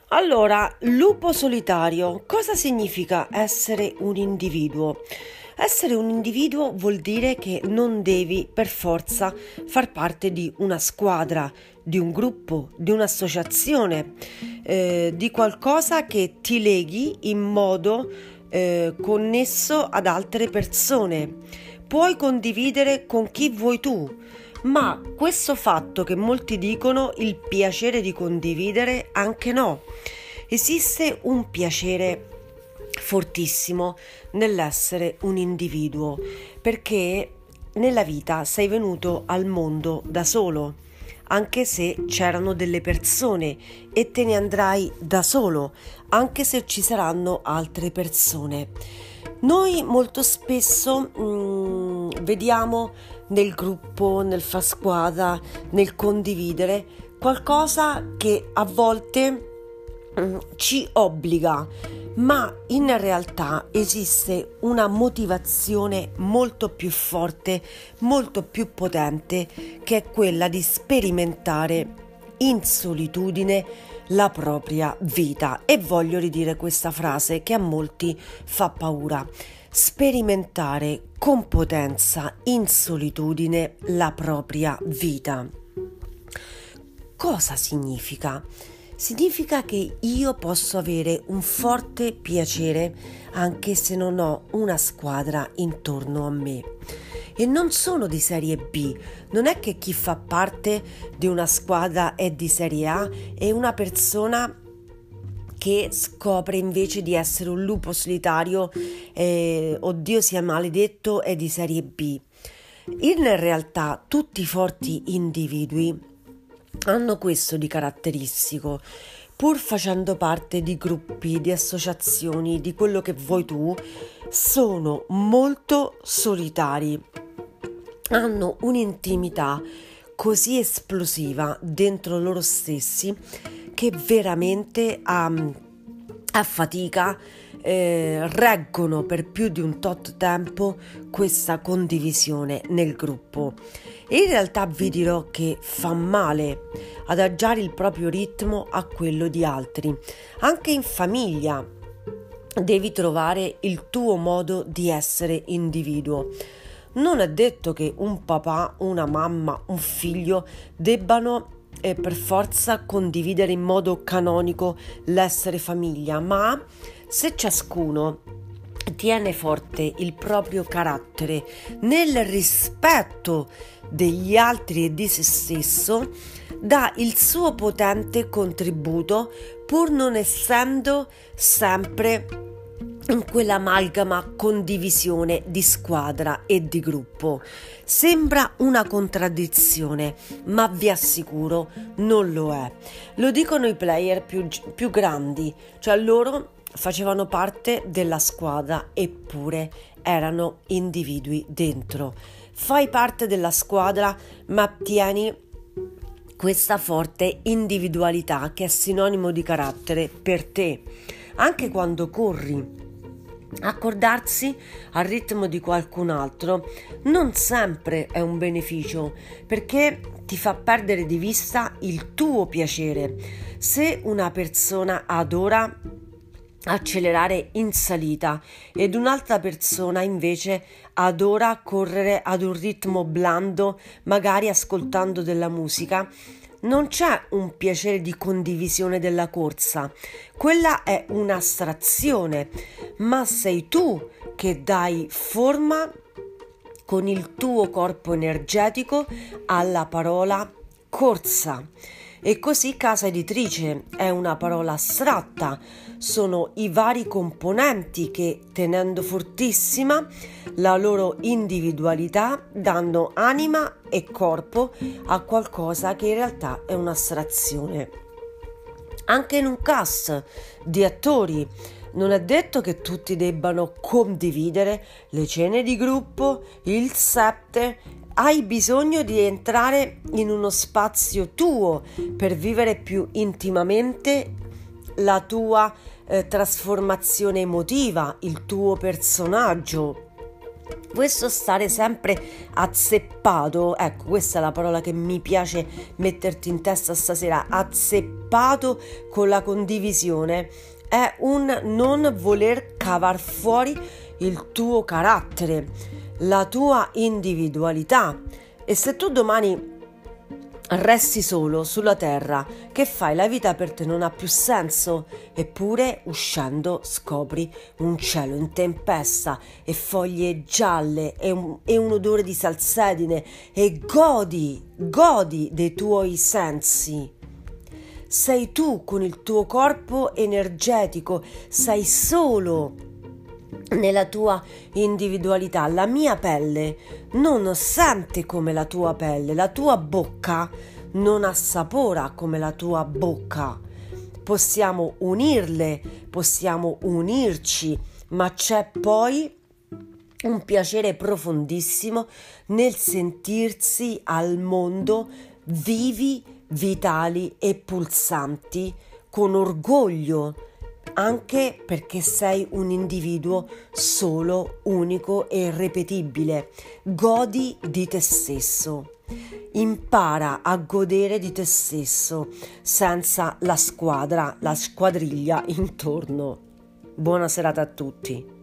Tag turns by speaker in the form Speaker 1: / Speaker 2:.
Speaker 1: Allora, lupo solitario, cosa significa essere un individuo? Essere un individuo vuol dire che non devi per forza far parte di una squadra, di un gruppo, di un'associazione, di qualcosa che ti leghi in modo connesso ad altre persone. Puoi condividere con chi vuoi tu, ma questo fatto che molti dicono il piacere di condividere, anche no. Esiste un piacere fortissimo nell'essere un individuo, perché nella vita sei venuto al mondo da solo, anche se c'erano delle persone, e te ne andrai da solo, anche se ci saranno altre persone. Noi molto spesso vediamo nel gruppo, nel far squadra, nel condividere qualcosa che a volte ci obbliga, ma in realtà esiste una motivazione molto più forte, molto più potente, che è quella di sperimentare in solitudine la propria vita. E voglio ridire questa frase che a molti fa paura: sperimentare con potenza in solitudine la propria vita. Cosa significa? Significa che io posso avere un forte piacere anche se non ho una squadra intorno a me. E non sono di serie B, non è che chi fa parte di una squadra è di serie A e una persona che scopre invece di essere un lupo solitario, oddio sia maledetto, è di serie B. In realtà tutti i forti individui hanno questo di caratteristico: pur facendo parte di gruppi, di associazioni, di quello che vuoi tu, sono molto solitari, hanno un'intimità così esplosiva dentro loro stessi che veramente a fatica reggono per più di un tot tempo questa condivisione nel gruppo. E in realtà vi dirò che fa male adagiare il proprio ritmo a quello di altri. Anche in famiglia devi trovare il tuo modo di essere individuo. Non è detto che un papà, una mamma, un figlio debbano per forza condividere in modo canonico l'essere famiglia, ma se ciascuno tiene forte il proprio carattere nel rispetto degli altri e di se stesso, dà il suo potente contributo, pur non essendo sempre in quell'amalgama condivisione di squadra e di gruppo. Sembra una contraddizione, ma vi assicuro non lo è. Lo dicono i player più grandi, cioè loro facevano parte della squadra eppure erano individui dentro. Fai parte della squadra, ma tieni questa forte individualità che è sinonimo di carattere per te. Anche quando corri, accordarsi al ritmo di qualcun altro non sempre è un beneficio, perché ti fa perdere di vista il tuo piacere. Se una persona adora accelerare in salita ed un'altra persona invece adora correre ad un ritmo blando, magari ascoltando della musica, non c'è un piacere di condivisione della corsa, quella è un'astrazione, ma sei tu che dai forma con il tuo corpo energetico alla parola corsa. E così casa editrice è una parola astratta, sono i vari componenti che, tenendo fortissima la loro individualità, danno anima e corpo a qualcosa che in realtà è un'astrazione. Anche in un cast di attori non è detto che tutti debbano condividere le cene di gruppo, il set. Hai bisogno di entrare in uno spazio tuo per vivere più intimamente la tua trasformazione emotiva, il tuo personaggio. Questo stare sempre azzeppato, ecco, questa è la parola che mi piace metterti in testa stasera, azzeppato con la condivisione, è un non voler cavar fuori il tuo carattere, la tua individualità. E se tu domani resti solo sulla terra, che fai? La vita per te non ha più senso, eppure uscendo scopri un cielo in tempesta e foglie gialle e un odore di salsedine e godi dei tuoi sensi. Sei tu con il tuo corpo energetico, sei solo nella tua individualità. La mia pelle non sente come la tua pelle, la tua bocca non assapora come la tua bocca. Possiamo unirle, possiamo unirci, ma c'è poi un piacere profondissimo nel sentirsi al mondo vivi, vitali e pulsanti, con orgoglio, anche perché sei un individuo solo, unico e irripetibile. Godi di te stesso. Impara a godere di te stesso senza la squadriglia intorno. Buona serata a tutti.